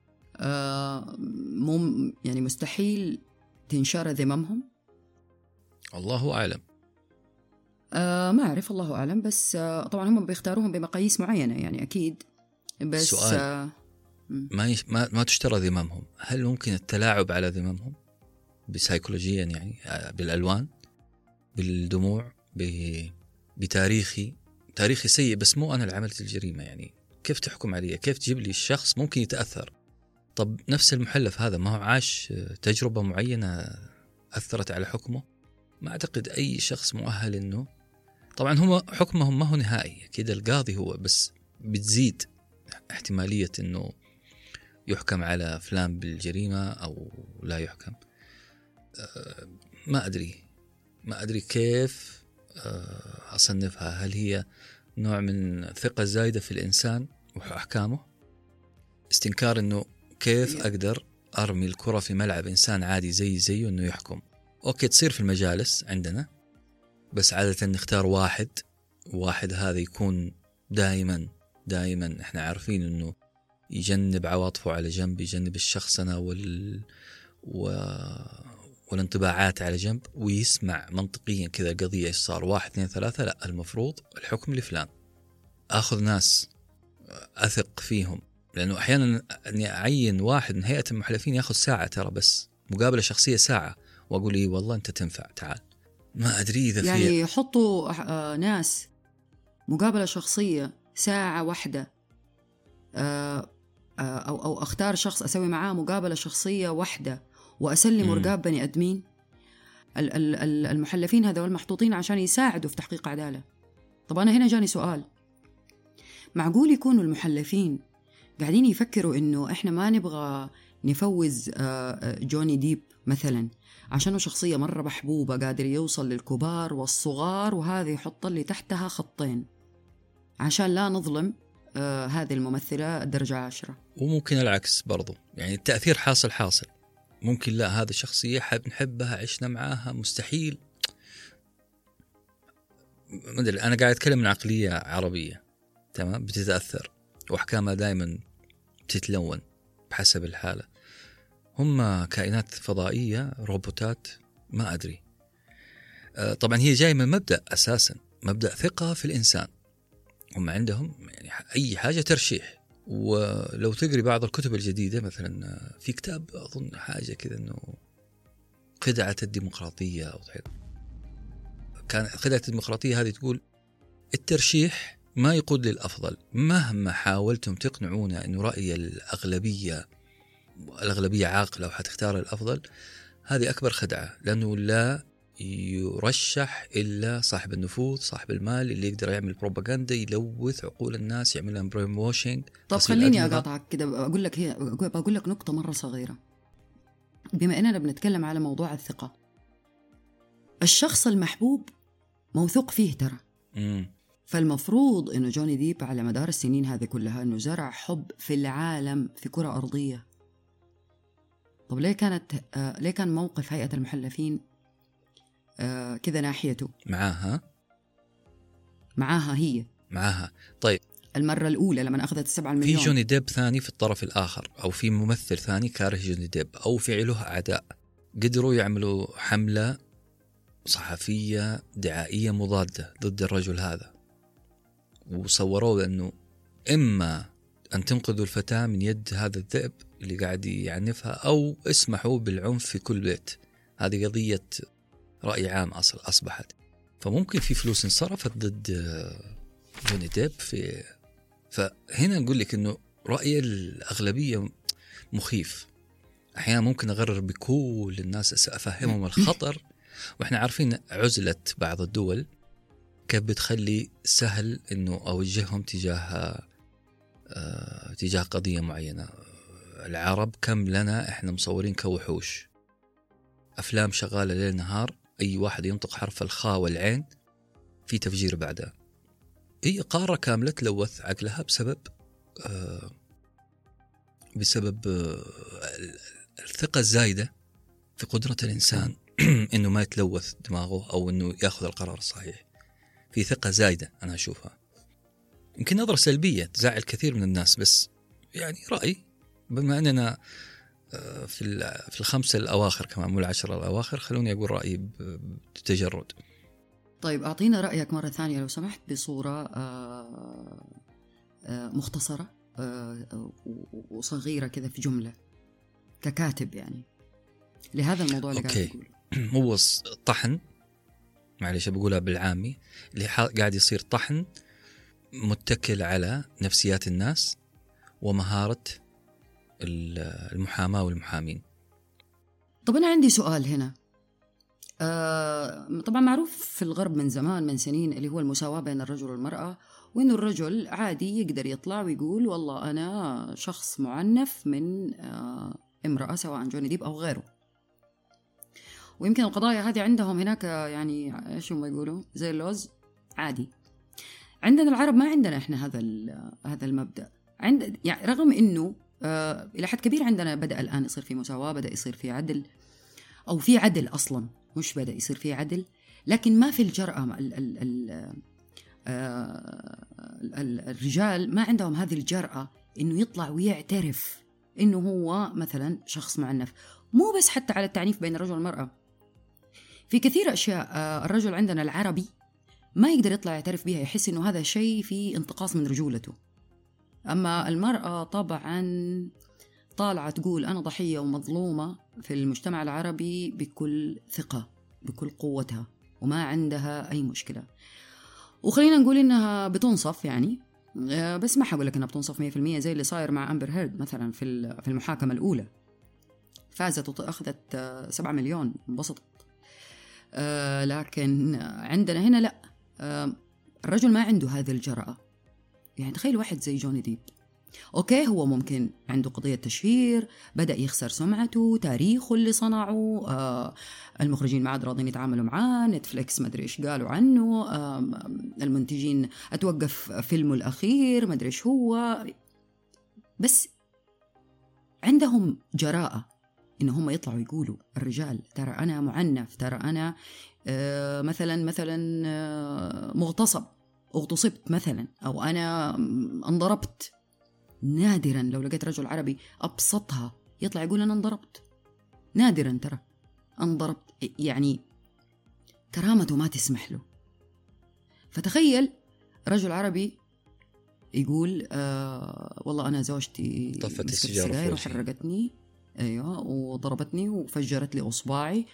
يعني مستحيل تنشر ذممهم؟ الله أعلم. ما أعرف، الله أعلم. بس طبعا هم بيختاروهم بمقاييس معينة يعني أكيد. بس سؤال ما تشترى ذممهم. هل ممكن التلاعب على ذممهم بسيكولوجيا، يعني بالألوان، بالدموع، بتاريخي سيء بس مو أنا اللي عملت الجريمة؟ يعني كيف تحكم عليه؟ كيف تجيب لي الشخص ممكن يتأثر؟ طب نفس المحلف هذا ما هو عاش تجربة معينة أثرت على حكمه؟ ما أعتقد أي شخص مؤهل إنه، طبعا هم حكمهم ما هو نهائي كده، القاضي هو بس بتزيد احتمالية إنه يحكم على فلان بالجريمة أو لا يحكم. ما أدري كيف أصنفها. هل هي نوع من ثقة زايدة في الإنسان وأحكامه، استنكار إنه كيف أقدر أرمي الكرة في ملعب إنسان عادي زيه إنه يحكم؟ أوكي تصير في المجالس عندنا، بس عادة نختار واحد هذا يكون دائما إحنا عارفين إنه يجنب عواطفه على جنب، يجنب الشخصنة والانطباعات على جنب، ويسمع منطقيا كذا القضية إيش صار 1 2 3. لا، المفروض الحكم لفلان. أخذ ناس أثق فيهم، لأنه أحيانا أني أعين واحد من هيئة المحلفين يأخذ ساعة ترى، بس مقابلة شخصية ساعة، وأقول إيه والله أنت تنفع تعال. ما أدري إذا يعني يحطوا ناس مقابلة شخصية ساعة واحدة، أو أختار شخص أسوي معاه مقابلة شخصية واحدة وأسلم رقاب بني أدمين. المحلفين هذول محطوطين عشان يساعدوا في تحقيق عدالة. طب أنا هنا جاني سؤال، معقول يكونوا المحلفين قاعدين يفكروا إنه إحنا ما نبغى نفوز جوني ديب مثلا عشانه شخصية مرة محبوبة قادر يوصل للكبار والصغار، وهذه يحط اللي تحتها خطين عشان لا نظلم هذه الممثلة الدرجة 10. وممكن العكس برضو، يعني التأثير حاصل. ممكن لا، هذا شخصية نحبها عشنا معاها، مستحيل. مدري، أنا قاعد أتكلم من عقلية عربية تمام، بتتأثر وأحكامها دائما بتتلون بحسب الحالة. هم كائنات فضائية، روبوتات، ما أدري. طبعا هي جاية من مبدأ أساسا، مبدأ ثقة في الإنسان. هم عندهم يعني أي حاجة ترشيح. ولو تقري بعض الكتب الجديدة مثلا، في كتاب أظن حاجة كذا إنه خدعة الديمقراطية أو كان خدعة الديمقراطية هذه تقول الترشيح ما يقود للأفضل. مهما حاولتم تقنعونا إنه رأي الأغلبية عاقلة وحتختار الأفضل، هذه أكبر خدعة، لأنه لا يرشح إلا صاحب النفوذ، صاحب المال، اللي يقدر يعمل بروباغندا، يلوث عقول الناس، يعمل لهم برين واشينج. طب خليني أقاطعك كده، بقول لك نقطة مرة صغيرة. بما أننا بنتكلم على موضوع الثقة، الشخص المحبوب موثوق فيه ترى. فالمفروض إنه جوني ديب على مدار السنين هذه كلها إنه زرع حب في العالم في كرة أرضية. طب ليه كان موقف هيئة المحلفين كذا ناحيته؟ معاها. طيب المرة الأولى لما أخذت 7 مليون، في جوني ديب ثاني في الطرف الآخر، أو في ممثل ثاني كاره جوني ديب، أو في له أعداء، قدروا يعملوا حملة صحفية دعائية مضادة ضد الرجل هذا، وصوروا أنه إما أن تنقذوا الفتاة من يد هذا الذئب اللي قاعد يعنفها، أو اسمحوا بالعنف في كل بيت. هذه قضية رأي عام أصبحت. فممكن في فلوس انصرفت ضد جوني ديب فهنا نقول لك إنه رأي الأغلبية مخيف. أحيانا ممكن أغرر بكل الناس أفهمهم الخطر، وإحنا عارفين عزلة بعض الدول كيف بتخلي سهل إنه أوجههم تجاه قضية معينة. العرب كم لنا إحنا مصورين كوحوش، أفلام شغالة ليل نهار، أي واحد ينطق حرف الخاء والعين في تفجير بعدها. هي قارة كاملة تلوث عقلها بسبب الثقة الزايدة في قدرة الإنسان إنه ما يتلوث دماغه أو إنه يأخذ القرار الصحيح. في ثقة زايدة أنا أشوفها، يمكن نظرة سلبية تزعل كثير من الناس، بس يعني رأي. بما أننا في الخمسة الأواخر كمان مو العشرة الأواخر، خلوني أقول رأيي بتجرد. طيب أعطينا رأيك مرة ثانية لو سمحت بصورة مختصرة وصغيرة كذا في جملة ككاتب يعني لهذا الموضوع اللي قاعد تقول. هو الطحن، معلش بقولها بالعامي، اللي قاعد يصير طحن متكل على نفسيات الناس ومهارة المحاماة والمحامين. طب أنا عندي سؤال هنا. طبعا معروف في الغرب من زمان من سنين اللي هو المساواة بين الرجل والمرأة، وإنه الرجل عادي يقدر يطلع ويقول والله أنا شخص معنف من امرأة سواء جوني ديب أو غيره. ويمكن القضايا هذه عندهم هناك يعني ايش هم يقولوا زي اللوز عادي. عندنا العرب ما عندنا احنا هذا المبدأ. يعني رغم انه الى حد كبير عندنا بدأ الآن يصير في مساواة، بدأ يصير في عدل، او في عدل اصلا، مش بدأ يصير في عدل، لكن ما في الجرأة. الرجال ما عندهم هذه الجرأة انه يطلع ويعترف انه هو مثلا شخص معنف. مو بس حتى على التعنيف بين الرجل والمرأة، في كثير أشياء الرجل عندنا العربي ما يقدر يطلع يعترف بها، يحس إنه هذا شيء في انتقاص من رجولته. أما المرأة طبعا طالعة تقول أنا ضحية ومظلومة في المجتمع العربي بكل ثقة بكل قوتها وما عندها أي مشكلة. وخلينا نقول إنها بتنصف يعني، بس ما حقول لك إنها بتنصف 100% زي اللي صاير مع أمبر هيرد مثلا في المحاكمة الأولى. فازت وأخذت 7 مليون انبسطت. لكن عندنا هنا لا، الرجل ما عنده هذه الجرأة. يعني تخيل واحد زي جوني ديب، أوكي هو ممكن عنده قضية تشهير، بدأ يخسر سمعته، تاريخه اللي صنعه، المخرجين ما عاد راضين يتعاملوا معاه، نتفليكس ما أدري إيش قالوا عنه، المنتجين أتوقف فيلمه الأخير ما أدري إيش هو، بس عندهم جراءة إن هم يطلعوا يقولوا الرجال ترى أنا معنف، ترى أنا مثلا اغتصبت مثلا، أو أنا انضربت. نادرا لو لقيت رجل عربي أبسطها يطلع يقول أنا انضربت، نادرا ترى انضربت، يعني كرامته ما تسمح له. فتخيل رجل عربي يقول والله أنا زوجتي طفت السجاير وحرقتني، أيوة، وضربتني وفجرت لي أصبعي،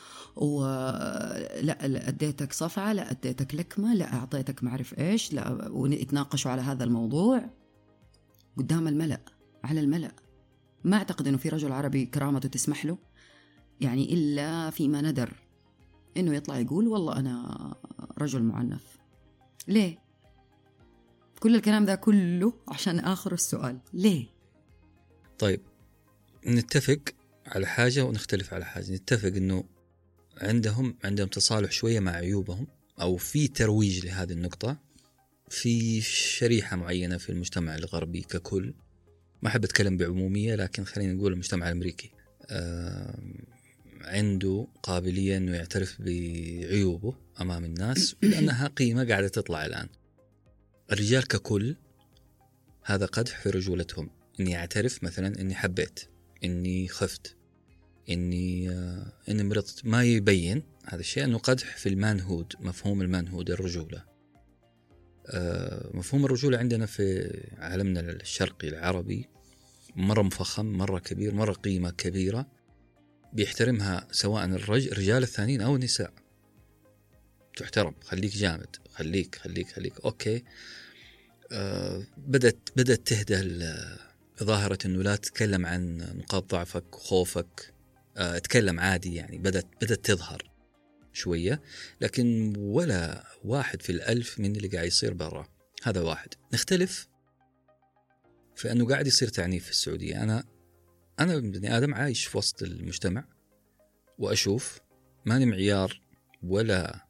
لا أديتك صفعة، لا أديتك لكمة، لا أعطيتك معرف إيش، لا، ونتناقشوا على هذا الموضوع قدام الملأ على الملأ. ما أعتقد أنه في رجل عربي كرامته تسمح له يعني إلا فيما ندر أنه يطلع يقول والله أنا رجل معنف. ليه؟ كل الكلام ذا كله عشان آخر السؤال ليه؟ طيب نتفق على حاجة ونختلف على حاجة. نتفق أنه عندهم تصالح شوية مع عيوبهم، أو في ترويج لهذه النقطة في شريحة معينة في المجتمع الغربي ككل. ما أحب أتكلم بعمومية، لكن خلينا نقول المجتمع الأمريكي عنده قابلية أنه يعترف بعيوبه أمام الناس لأنها قيمة قاعدة تطلع الآن. الرجال ككل هذا قدح في رجولتهم، إني أعترف مثلا إني حبيت، إني خفت، إني مرضت. ما يبين هذا الشيء أنه قدح في المانهود، مفهوم المانهود الرجولة. مفهوم الرجولة عندنا في عالمنا الشرقي العربي مرة مفخم، مرة كبير، مرة قيمة كبيرة بيحترمها سواء الرجال الثانيين أو النساء. تحترم، خليك جامد، خليك أوكي. بدأت تهدى ظاهرة إنه لا تتكلم عن نقاط ضعفك وخوفك، اتكلم عادي يعني. بدأت تظهر شوية، لكن ولا 1 في 1000 من اللي قاعد يصير برا. هذا واحد. نختلف في أنه قاعد يصير تعنيف في السعودية. أنا بني آدم عايش في وسط المجتمع وأشوف، ماني معيار ولا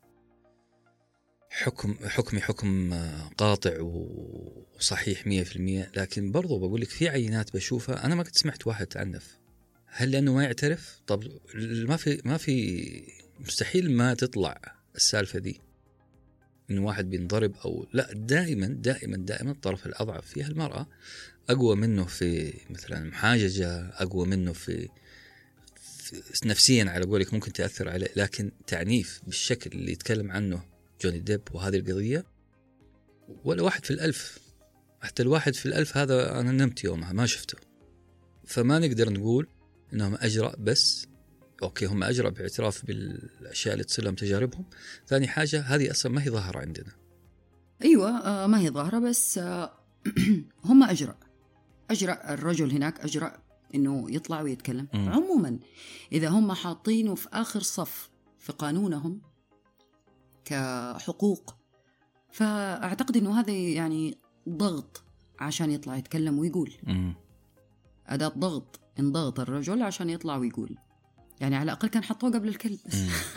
حكم قاطع وصحيح 100%، لكن برضو بقول لك في عينات بشوفها أنا ما قد سمعت واحد تعنف. هل لأنه ما يعترف؟ طب ما في مستحيل ما تطلع السالفة دي إنه واحد بينضرب أو لا. دائما الطرف الأضعف فيها المرأة أقوى منه في مثلا محاججة، أقوى منه في نفسيا على قولك ممكن تأثر عليه. لكن تعنيف بالشكل اللي يتكلم عنه جوني ديب وهذه القضية ولا 1 في 1000. حتى 1 في 1000 هذا أنا نمت يومها ما شفته. فما نقدر نقول إنهم أجرأ، بس أوكي هم أجرأ باعتراف بالأشياء اللي تصير لهم تجاربهم. ثاني حاجة هذه أصلا ما هي ظاهرة عندنا. أيوة ما هي ظاهرة، بس هم أجرأ الرجل هناك أجرأ إنه يطلع ويتكلم. عموما إذا هم حاطينه في آخر صف في قانونهم كحقوق، فأعتقد إنه هذا يعني ضغط عشان يطلع يتكلم ويقول. أداة ضغط، انضغط الرجل عشان يطلع ويقول. يعني على الأقل كان حطوه قبل الكلب بس.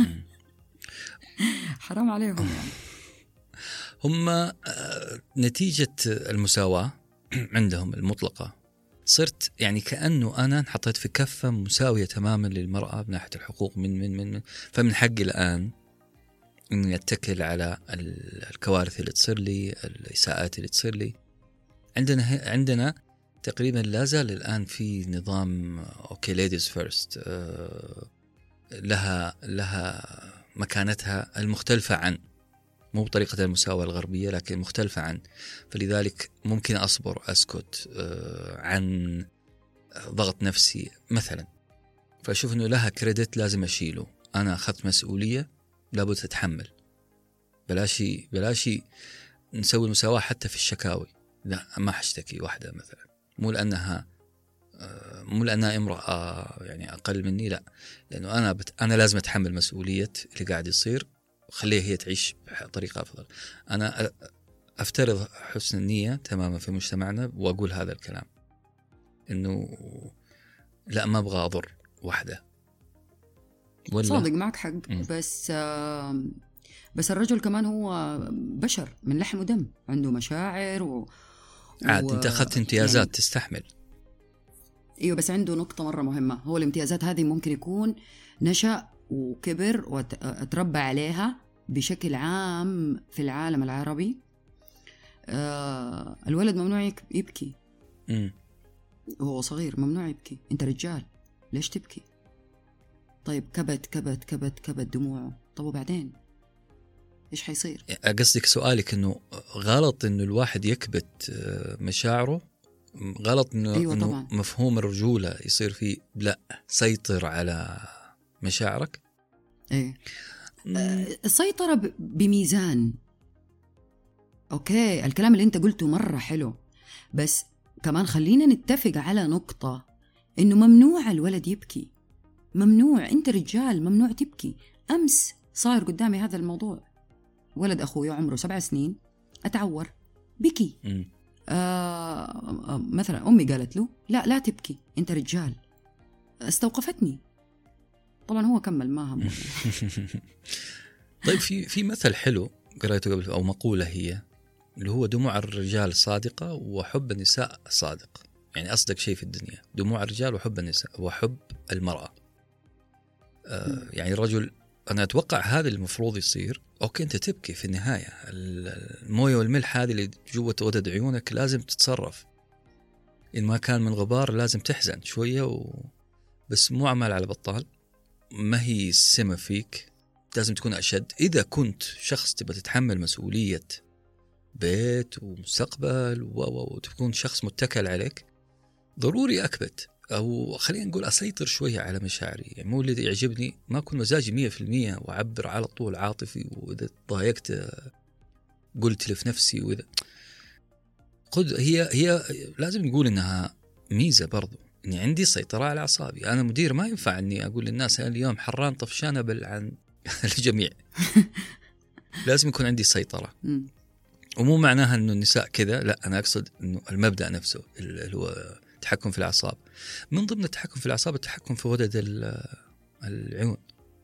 حرام عليهم يعني. هم نتيجة المساواة عندهم المطلقة صرت يعني كأنه أنا انحطيت في كفة مساوية تماما للمرأة من ناحية الحقوق. من فمن حقي الآن إني أتكل على الكوارث اللي تصير لي، الإساءات اللي تصير لي. عندنا تقريبا لا زال الآن في نظام أوكي ladies first، لها مكانتها المختلفة عن، مو بطريقة المساواة الغربية لكن مختلفة عن. فلذلك ممكن أصبر أسكت عن ضغط نفسي مثلا. فأشوف أنه لها كريدت لازم أشيله. أنا أخذت مسؤولية لابد أتحمل. بلاشي نسوي المساواة حتى في الشكاوي. لا ما حشتكي واحدة مثلا مو لأنها امرأة يعني أقل مني، لا، لأنه أنا لازم أتحمل مسؤولية اللي قاعد يصير، خليها هي تعيش بطريقة أفضل. أنا أفترض حسن النية تماما في مجتمعنا وأقول هذا الكلام، إنه لا ما أبغى أضر واحدة. صادق معك حق. بس الرجل كمان هو بشر من لحم ودم، عنده مشاعر عاد أنت أخذت امتيازات يعني تستحمل. أيوة بس عنده نقطة مرة مهمة، هو الامتيازات هذه ممكن يكون نشأ وكبر وتربى عليها بشكل عام في العالم العربي. الولد ممنوع يبكي وهو صغير، ممنوع يبكي. أنت رجال ليش تبكي؟ طيب كبت دموعه، طب وبعدين إيش حيصير؟ قصدك سؤالك إنه غلط إنه الواحد يكبت مشاعره، غلط إنه, أيوة إنه طبعاً. مفهوم الرجولة يصير فيه لا سيطر على مشاعرك. إيه السيطرة بميزان. أوكي الكلام اللي أنت قلته مرة حلو، بس كمان خلينا نتفق على نقطة، إنه ممنوع الولد يبكي، ممنوع. أنت رجال ممنوع تبكي. أمس صار قدامي هذا الموضوع، ولد أخوي عمره 7 سنين أتعور بكي. مثلا أمي قالت له لا تبكي أنت رجال، استوقفتني. طبعا هو كمل ما هم. طيب في مثل حلو قرأته قبل أو مقولة هي اللي هو دموع الرجال صادقة وحب النساء صادق. يعني أصدق شيء في الدنيا دموع الرجال وحب النساء وحب المرأة. يعني الرجل أنا أتوقع هذا المفروض يصير. أوكي أنت تبكي في النهاية، الموية والملح هذه اللي جوة ودد عيونك لازم تتصرف. إن ما كان من غبار لازم تحزن شوية بس مو عمال على بطال. ما هي السمة فيك، لازم تكون أشد. إذا كنت شخص تبى تتحمل مسؤولية بيت ومستقبل وتكون شخص متكل عليك، ضروري أكبت أو خلينا نقول أسيطر شوية على مشاعري. يعني مو اللي يعجبني ما أكون مزاجي 100% وأعبر على طول عاطفي، وإذا ضايقت قلت لي في نفسي. وإذا هي لازم نقول إنها ميزة برضو، إني عندي سيطرة على أعصابي. أنا مدير ما ينفع إني أقول للناس اليوم حران طفشان بل عن الجميع. لازم يكون عندي سيطرة. ومو معناها إنه النساء كذا، لا، أنا أقصد إنه المبدأ نفسه اللي هو التحكم في الأعصاب. من ضمن التحكم في الأعصاب التحكم في غدد العيون،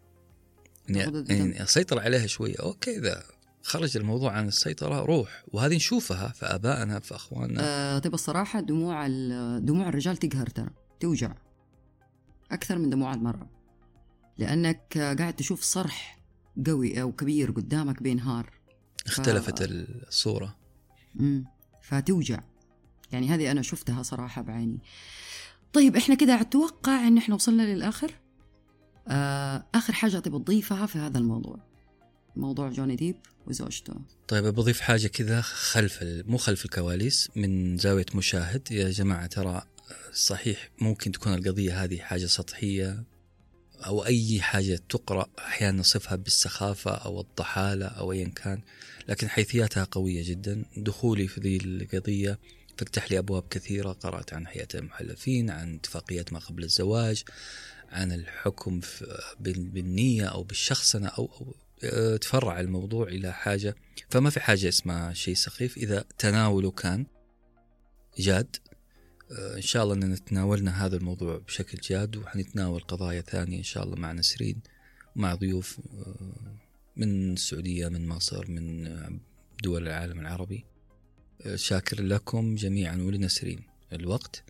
يعني أسيطر عليها شوية. أوكي، إذا خرج الموضوع عن السيطرة روح، وهذه نشوفها في آبائنا في أخواننا. طيب الصراحة دموع الرجال تقهر، ترى توجع أكثر من دموع المرأة، لأنك قاعد تشوف صرح قوي أو كبير قدامك بينهار. اختلفت الصورة. فتوجع. يعني هذه أنا شفتها صراحة بعيني. طيب إحنا كده أتوقع إن إحنا وصلنا للآخر. آخر حاجة تبي تضيفها في هذا الموضوع، موضوع جوني ديب وزوجته؟ طيب بضيف حاجة كذا مو خلف الكواليس، من زاوية مشاهد. يا جماعة ترى صحيح ممكن تكون القضية هذه حاجة سطحية، أو أي حاجة تقرأ أحيانا نصفها بالسخافة أو الضحالة أو أيا كان، لكن حيثياتها قوية جدا. دخولي في ذي القضية فتح لي أبواب كثيرة. قرأت عن هيئة المحلفين، عن اتفاقيات ما قبل الزواج، عن الحكم بالنية أو بالشخصنة، أو تفرع الموضوع إلى حاجة. فما في حاجة اسمها شيء سخيف إذا تناوله كان جاد. إن شاء الله أننا تناولنا هذا الموضوع بشكل جاد، وحنتناول قضايا ثانية إن شاء الله مع نسرين ومع ضيوف من السعودية، من مصر، من دول العالم العربي. شاكر لكم جميعا ولنسرين الوقت،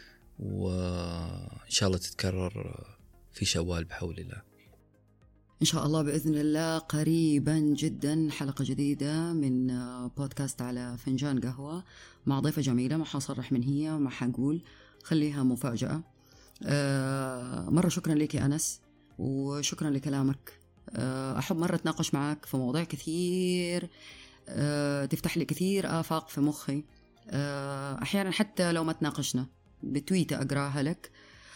وإن شاء الله تتكرر في شوال بحول الله. إن شاء الله بإذن الله قريبا جدا حلقة جديدة من بودكاست على فنجان قهوة مع ضيفة جميلة. ما حصرح من هي وما حقول، خليها مفاجأة. مرة شكرا لك يا أنس، وشكرا لكلامك. أحب مرة أتناقش معك في مواضيع كثير، تفتح لي كثير آفاق في مخي. أحيانا حتى لو ما تناقشنا بتويتة أقراها لك،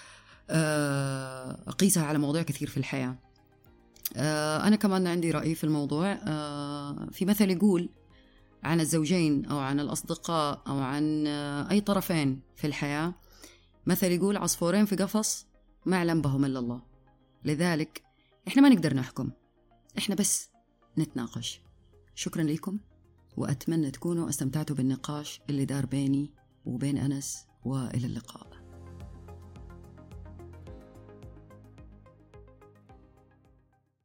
أقيسها على مواضيع كثير في الحياة. أنا كمان عندي رأي في الموضوع. في مثل يقول عن الزوجين أو عن الأصدقاء أو عن أي طرفين في الحياة، مثل يقول عصفورين في قفص ما يعلم بهم إلا الله. لذلك إحنا ما نقدر نحكم، إحنا بس نتناقش. شكرا لكم، وأتمنى تكونوا استمتعتوا بالنقاش اللي دار بيني وبين أنس، وإلى اللقاء.